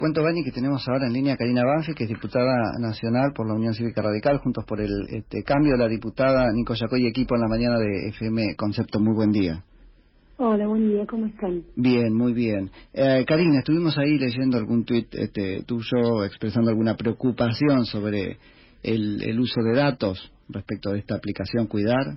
Cuento, Bani, que tenemos ahora en línea a Karina Banfi, que es diputada nacional por la Unión Cívica Radical, Juntos por el Cambio, la diputada Nico Yacoy, equipo en la mañana de FM Concepto. Muy buen día. Hola, buen día, ¿cómo están? Bien, muy bien. Karina, estuvimos ahí leyendo algún tuit tuyo expresando alguna preocupación sobre el uso de datos respecto de esta aplicación Cuidar.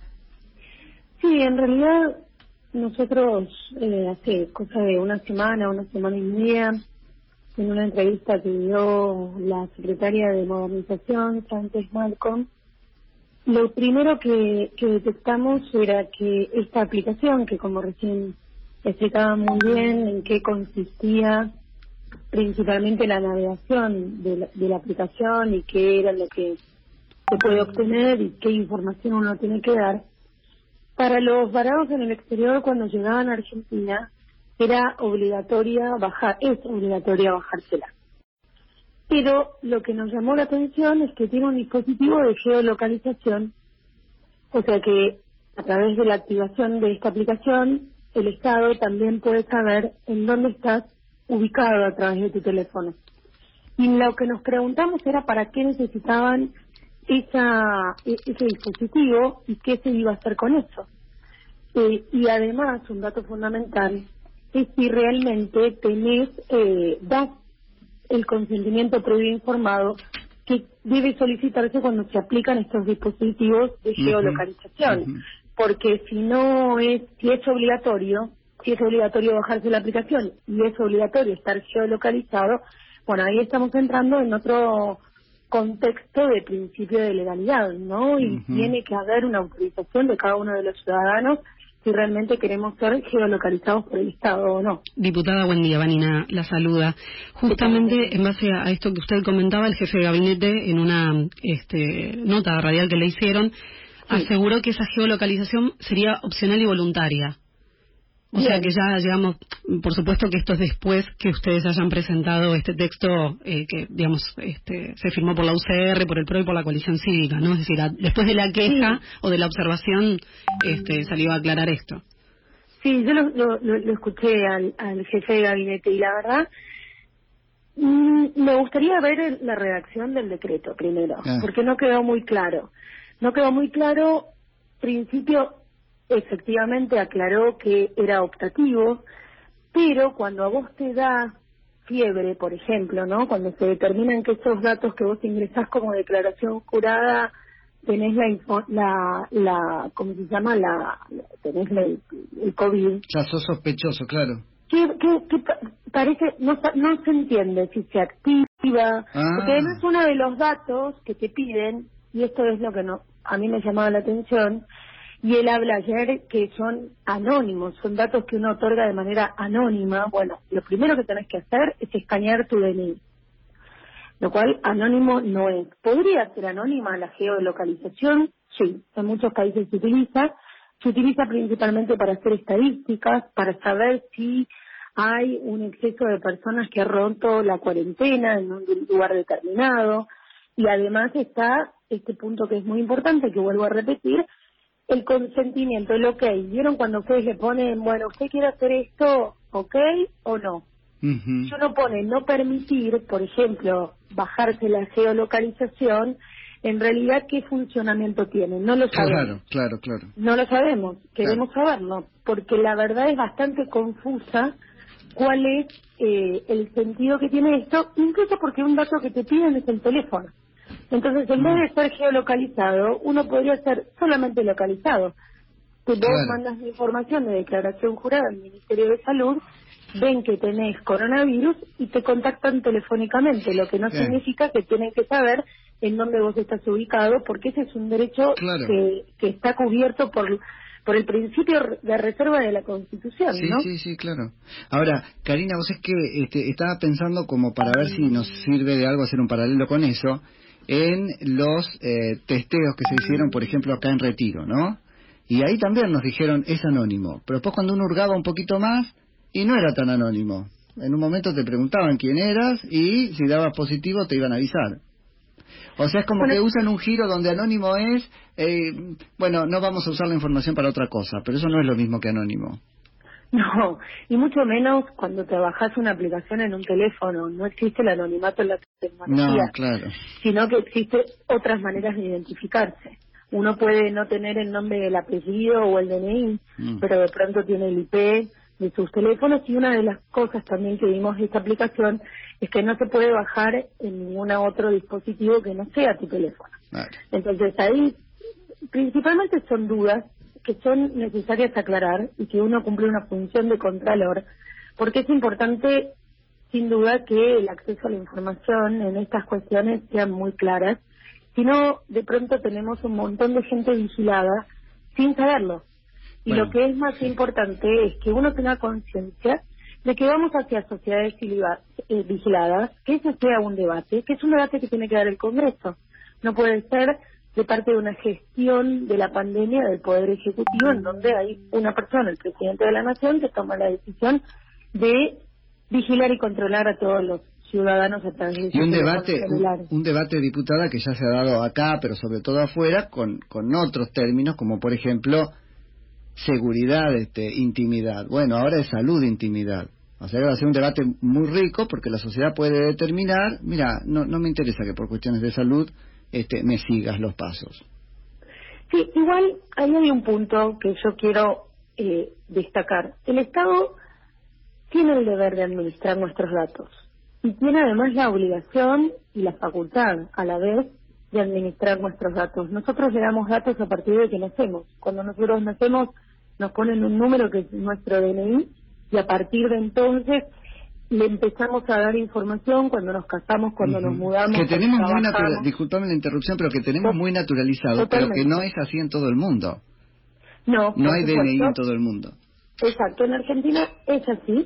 Sí, en realidad nosotros hace cosa de una semana y media, en una entrevista que dio la secretaria de Modernización, Sánchez Malcolm, lo primero que detectamos era que esta aplicación, que como recién explicaba muy bien en qué consistía principalmente la navegación de la aplicación y qué era lo que se puede obtener y qué información uno tiene que dar, para los varados en el exterior cuando llegaban a Argentina es obligatoria bajársela. Pero lo que nos llamó la atención es que tiene un dispositivo de geolocalización, o sea que a través de la activación de esta aplicación, el Estado también puede saber en dónde estás ubicado a través de tu teléfono. Y lo que nos preguntamos era para qué necesitaban ese dispositivo y qué se iba a hacer con eso. Y además, un dato fundamental es si realmente das el consentimiento previo informado que debe solicitarse cuando se aplican estos dispositivos de geolocalización. Porque si es obligatorio bajarse la aplicación y es obligatorio estar geolocalizado, bueno, ahí estamos entrando en otro contexto de principio de legalidad, ¿no? Y tiene que haber una autorización de cada uno de los ciudadanos si realmente queremos ser geolocalizados por el Estado o no. Diputada, buen día, Vanina la saluda. Justamente en base a esto que usted comentaba, el jefe de gabinete en una nota radial que le hicieron, aseguró que esa geolocalización sería opcional y voluntaria. O sea que ya llegamos, por supuesto que esto es después que ustedes hayan presentado este texto que, digamos, se firmó por la UCR, por el PRO y por la coalición cívica, ¿no? Es decir, después de la queja o de la observación, salió a aclarar esto. Sí, yo lo escuché al jefe de gabinete y la verdad, me gustaría ver la redacción del decreto primero, porque no quedó muy claro. Principio, efectivamente aclaró que era optativo, pero cuando a vos te da fiebre, por ejemplo, ¿no? Cuando se determinan que esos datos que vos ingresás como declaración jurada, tenés ¿cómo se llama? Tenés el COVID. Ya sos sospechoso, claro. Que parece, no se entiende si se activa, porque además uno de los datos que te piden, y esto es lo que a mí me llamaba la atención, y él habla ayer que son anónimos, son datos que uno otorga de manera anónima. Bueno, lo primero que tenés que hacer es escanear tu DNI, lo cual anónimo no es. ¿Podría ser anónima la geolocalización? Sí, en muchos países se utiliza principalmente para hacer estadísticas, para saber si hay un exceso de personas que han roto la cuarentena en un lugar determinado, y además está este punto que es muy importante, que vuelvo a repetir, el consentimiento, el ok. ¿Vieron cuando ustedes le ponen, bueno, usted quiere hacer esto, ok o no? Si uno pone no permitir, por ejemplo, bajarse la geolocalización, en realidad, ¿qué funcionamiento tiene? No lo sabemos. Claro. No lo sabemos, queremos saberlo, porque la verdad es bastante confusa cuál es el sentido que tiene esto, incluso porque un dato que te piden es el teléfono. Entonces, en vez de ser geolocalizado, uno podría ser solamente localizado. Que vos mandas la información de declaración jurada al Ministerio de Salud, ven que tenés coronavirus y te contactan telefónicamente, lo que no significa que tienen que saber en dónde vos estás ubicado, porque ese es un derecho que está cubierto por el principio de reserva de la Constitución, ¿no? Sí, claro. Ahora, Karina, vos es que estaba pensando como para ver si nos sirve de algo hacer un paralelo con eso, en los testeos que se hicieron, por ejemplo, acá en Retiro, ¿no? Y ahí también nos dijeron, es anónimo. Pero después cuando uno hurgaba un poquito más, y no era tan anónimo. En un momento te preguntaban quién eras, y si dabas positivo te iban a avisar. O sea, es como que usan un giro donde anónimo es, no vamos a usar la información para otra cosa, pero eso no es lo mismo que anónimo. No, y mucho menos cuando trabajas una aplicación en un teléfono. No existe el anonimato en la tecnología, No, claro. sino que existen otras maneras de identificarse. Uno puede no tener el nombre del apellido o el DNI, pero de pronto tiene el IP de sus teléfonos, y una de las cosas también que vimos de esta aplicación es que no se puede bajar en ningún otro dispositivo que no sea tu teléfono. Claro. Entonces ahí principalmente son dudas que son necesarias aclarar y que uno cumple una función de contralor, porque es importante sin duda que el acceso a la información en estas cuestiones sean muy claras, si no de pronto tenemos un montón de gente vigilada sin saberlo. Y Bueno, lo que es más importante es que uno tenga conciencia de que vamos hacia sociedades vigiladas, que eso sea un debate, que es un debate que tiene que dar el Congreso. No puede ser de parte de una gestión de la pandemia del Poder Ejecutivo, en donde hay una persona, el presidente de la Nación, que toma la decisión de vigilar y controlar a todos los ciudadanos a través de y un sus debate, teléfonos celulares. un debate, diputada, que ya se ha dado acá, pero sobre todo afuera, con otros términos, como por ejemplo seguridad, intimidad. Bueno, ahora es salud, intimidad. O sea, va a ser un debate muy rico, porque la sociedad puede determinar, mira, no me interesa que por cuestiones de salud me sigas los pasos. Sí, igual ahí hay un punto que yo quiero destacar. El Estado tiene el deber de administrar nuestros datos y tiene además la obligación y la facultad a la vez de administrar nuestros datos. Nosotros le damos datos a partir de que nacemos. Cuando nosotros nacemos nos ponen un número que es nuestro DNI, y a partir de entonces le empezamos a dar información cuando nos casamos, cuando nos mudamos. Que tenemos muy trabajamos. disculpame la interrupción, pero que tenemos muy naturalizado, Totalmente. pero que no es así en todo el mundo. No hay supuesto. DNI en todo el mundo. Exacto, en Argentina es así,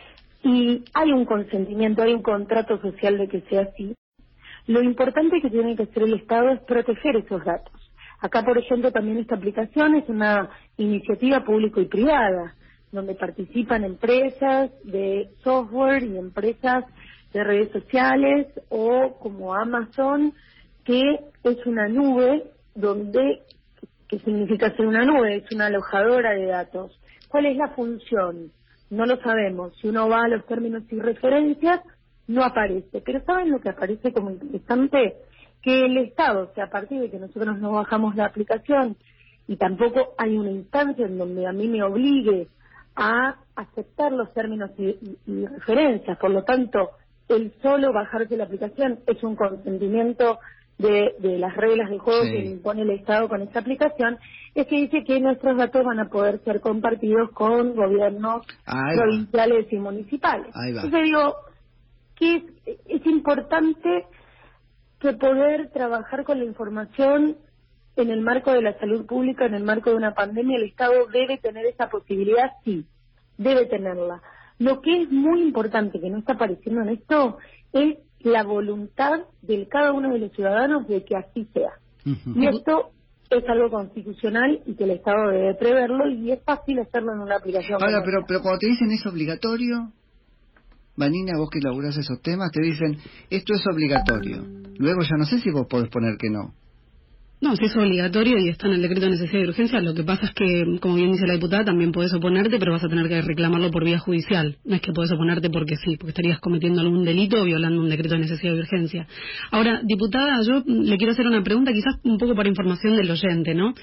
y hay un consentimiento, hay un contrato social de que sea así. Lo importante que tiene que hacer el Estado es proteger esos datos. Acá, por ejemplo, también esta aplicación es una iniciativa público y privada, donde participan empresas de software y empresas de redes sociales, o como Amazon, que es una nube donde, ¿qué significa ser una nube? Es una alojadora de datos. ¿Cuál es la función? No lo sabemos. Si uno va a los términos y referencias, no aparece. Pero ¿saben lo que aparece como interesante? Que el Estado, o sea, a partir de que nosotros no bajamos la aplicación, y tampoco hay una instancia en donde a mí me obligue a aceptar los términos y referencias, por lo tanto, el solo bajarse la aplicación es un consentimiento de las reglas de juego que impone el Estado con esta aplicación, es que dice que nuestros datos van a poder ser compartidos con gobiernos provinciales y municipales. Entonces digo que es importante que poder trabajar con la información en el marco de la salud pública, en el marco de una pandemia. El Estado debe tener esa posibilidad, sí, debe tenerla. Lo que es muy importante, que no está apareciendo en esto, es la voluntad de cada uno de los ciudadanos de que así sea. Y esto es algo constitucional y que el Estado debe preverlo, y es fácil hacerlo en una aplicación. Ahora, pero cuando te dicen es obligatorio, Vanina, vos que laburás esos temas, te dicen esto es obligatorio. Luego ya no sé si vos podés poner que no. No, si es obligatorio y está en el decreto de necesidad y urgencia, lo que pasa es que, como bien dice la diputada, también podés oponerte, pero vas a tener que reclamarlo por vía judicial. No es que podés oponerte porque sí, porque estarías cometiendo algún delito o violando un decreto de necesidad y urgencia. Ahora, diputada, yo le quiero hacer una pregunta, quizás un poco para información del oyente, ¿no?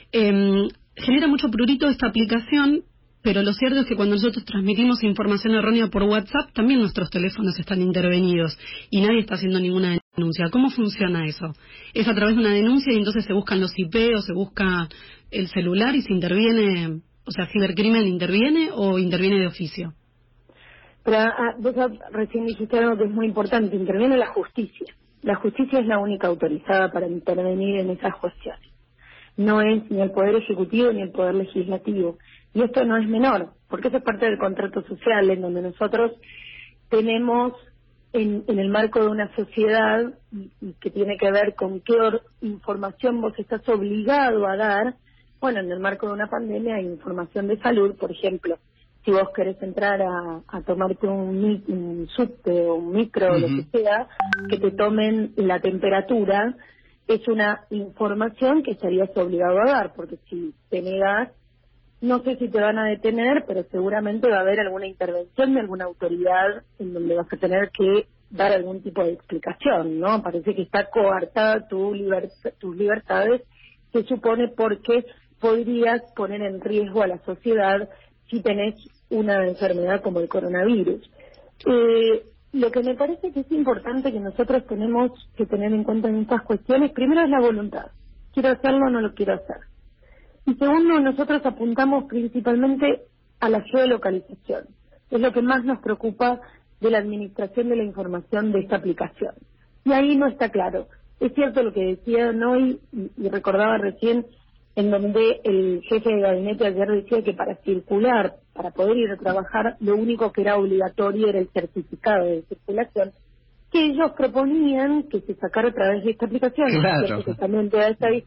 Genera mucho prurito esta aplicación, pero lo cierto es que cuando nosotros transmitimos información errónea por WhatsApp, también nuestros teléfonos están intervenidos y nadie está haciendo ninguna denuncia. ¿Cómo funciona eso? ¿Es a través de una denuncia y entonces se buscan los IP o se busca el celular y se interviene, o sea, cibercrimen interviene o interviene de oficio? Pero vos recién dijiste algo que es muy importante, interviene la justicia. La justicia es la única autorizada para intervenir en esas cuestiones. No es ni el Poder Ejecutivo ni el Poder Legislativo. Y esto no es menor, porque eso es parte del contrato social, en donde nosotros tenemos, en el marco de una sociedad, y que tiene que ver con qué información vos estás obligado a dar. Bueno, en el marco de una pandemia hay información de salud, por ejemplo. Si vos querés entrar a tomarte un subte o un micro, lo que sea, que te tomen la temperatura, es una información que estarías obligado a dar, porque si te negas, no sé si te van a detener, pero seguramente va a haber alguna intervención de alguna autoridad en donde vas a tener que dar algún tipo de explicación, ¿no? Parece que está coartada tus libertades, se supone, porque podrías poner en riesgo a la sociedad si tenés una enfermedad como el coronavirus. Lo que me parece que es importante que nosotros tenemos que tener en cuenta en estas cuestiones, primero es la voluntad. ¿Quiero hacerlo o no lo quiero hacer? Y segundo, nosotros apuntamos principalmente a la geolocalización. Es lo que más nos preocupa de la administración de la información de esta aplicación. Y ahí no está claro. Es cierto lo que decían hoy, y recordaba recién, en donde el jefe de gabinete ayer decía que para circular, para poder ir a trabajar, lo único que era obligatorio era el certificado de circulación, que ellos proponían que se sacara a través de esta aplicación. Claro. Que también te da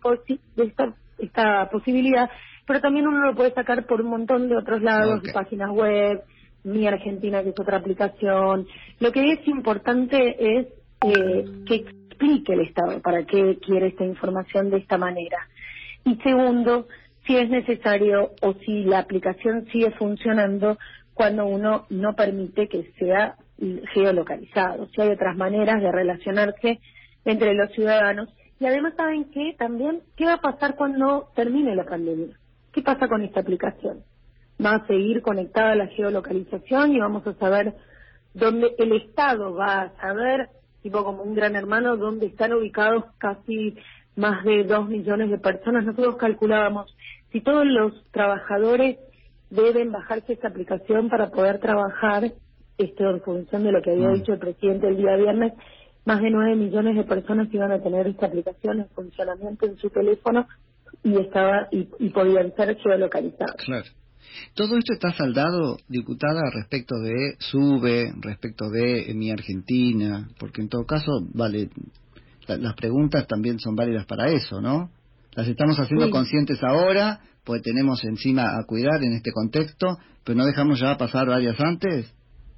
esta posibilidad, pero también uno lo puede sacar por un montón de otros lados, Okay. páginas web, Mi Argentina, que es otra aplicación. Lo que es importante es que explique el Estado para qué quiere esta información de esta manera. Y segundo, si es necesario o si la aplicación sigue funcionando cuando uno no permite que sea geolocalizado. Si hay otras maneras de relacionarse entre los ciudadanos. Y además, ¿saben qué? También, ¿qué va a pasar cuando termine la pandemia? ¿Qué pasa con esta aplicación? ¿Va a seguir conectada a la geolocalización y vamos a saber dónde el Estado va a saber, tipo como un gran hermano, dónde están ubicados casi más de 2 millones de personas? Nosotros calculábamos, si todos los trabajadores deben bajarse esta aplicación para poder trabajar, esto en función de lo que había dicho el presidente el día viernes, más de 9 millones de personas iban a tener esta aplicación en funcionamiento en su teléfono y podían ser geolocalizados. Claro. Todo esto está saldado, diputada, respecto de SUBE, respecto de Mi Argentina, porque en todo caso, vale, las preguntas también son válidas para eso, ¿no? Las estamos haciendo conscientes ahora, pues tenemos encima a cuidar en este contexto, pero no dejamos ya pasar varias antes.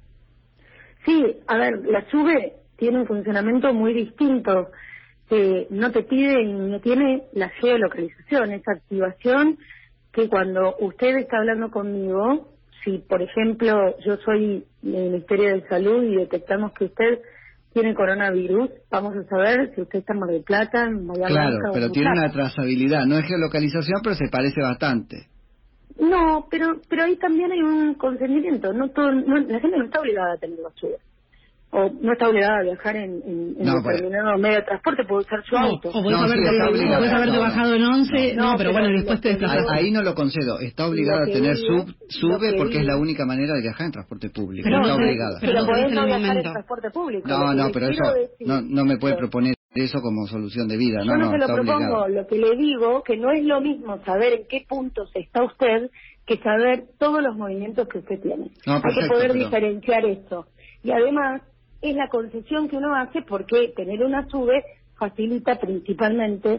Sí, a ver, la SUBE tiene un funcionamiento muy distinto. No te pide y no tiene la geolocalización, esa activación que cuando usted está hablando conmigo, si por ejemplo yo soy del Ministerio de Salud y detectamos que usted tiene coronavirus, vamos a saber si usted está en Mar del Plata, en Bahía Claro, Blanca, pero tiene una trazabilidad, no es geolocalización, pero se parece bastante. No, pero ahí también hay un consentimiento. La gente no está obligada a tener la SUBE. O no está obligada a viajar en determinado medio de transporte, puede usar su auto. O puedes haberte bajado en 11, pero bueno, después te desplazas. Ahí no lo concedo, está obligada a tener SUBE porque es la única manera de viajar en transporte público, pero está no, obligada. Pero podés no viajar en transporte público. No, pero eso no me puede proponer eso como solución de vida. Yo no se lo propongo, lo que le digo, que no es lo mismo saber en qué puntos está usted que saber todos los movimientos que usted tiene. Hay que poder diferenciar eso. Y además, es la concesión que uno hace porque tener una SUBE facilita principalmente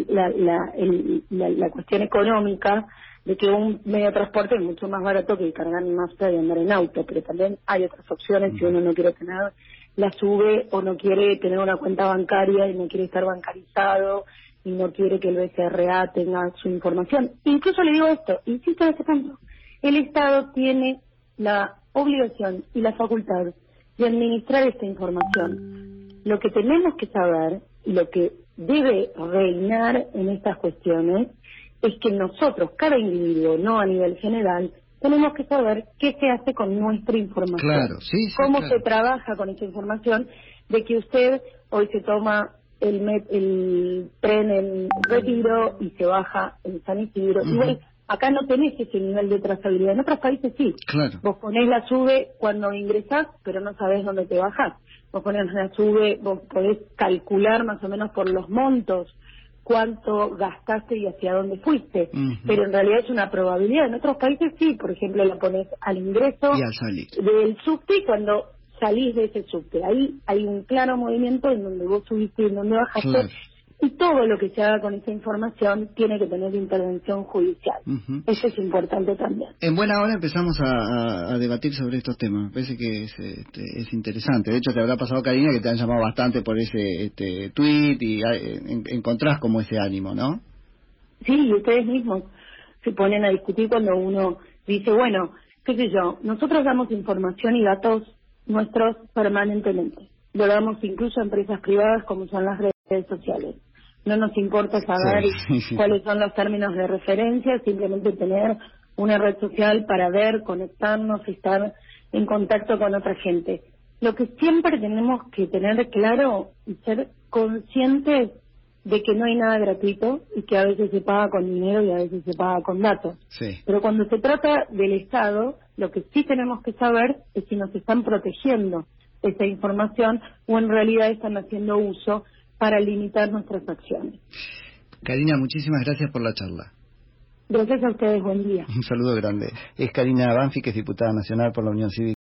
la cuestión económica de que un medio de transporte es mucho más barato que cargar nafta y andar en auto, pero también hay otras opciones si uno no quiere tener la SUBE o no quiere tener una cuenta bancaria y no quiere estar bancarizado y no quiere que el BCRA tenga su información. Incluso le digo esto, insisto en este punto, el Estado tiene la obligación y la facultad de administrar esta información. Lo que tenemos que saber y lo que debe reinar en estas cuestiones es que nosotros, cada individuo, no a nivel general, tenemos que saber qué se hace con nuestra información. Claro, cómo se trabaja con esa información de que usted hoy se toma el tren en Retiro y se baja en San Isidro. Igual, acá no tenés ese nivel de trazabilidad. En otros países sí. Claro. Vos ponés la SUBE cuando ingresás, pero no sabés dónde te bajás. Vos ponés la SUBE, vos podés calcular más o menos por los montos cuánto gastaste y hacia dónde fuiste. Pero en realidad es una probabilidad. En otros países sí, por ejemplo, la ponés al ingreso y al salir del subte y cuando salís de ese subte. Ahí hay un claro movimiento en donde vos subiste y en donde bajaste. Claro. Y todo lo que se haga con esa información tiene que tener intervención judicial. Eso es importante también. En buena hora empezamos a debatir sobre estos temas. Me parece que es interesante. De hecho, te habrá pasado, Karina, que te han llamado bastante por ese tweet y encontrás como ese ánimo, ¿no? Sí, y ustedes mismos. se ponen a discutir cuando uno dice, bueno, qué sé yo, nosotros damos información y datos nuestros permanentemente. Lo damos incluso a empresas privadas como son las redes sociales. No nos importa saber cuáles son los términos de referencia, simplemente tener una red social para ver, conectarnos, estar en contacto con otra gente. Lo que siempre tenemos que tener claro y ser conscientes de que no hay nada gratuito y que a veces se paga con dinero y a veces se paga con datos. Sí. Pero cuando se trata del Estado, lo que sí tenemos que saber es si nos están protegiendo esa información o en realidad están haciendo uso para limitar nuestras acciones. Karina, muchísimas gracias por la charla. Gracias a ustedes, buen día. Un saludo grande. Es Karina Banfi, que es diputada nacional por la Unión Cívica.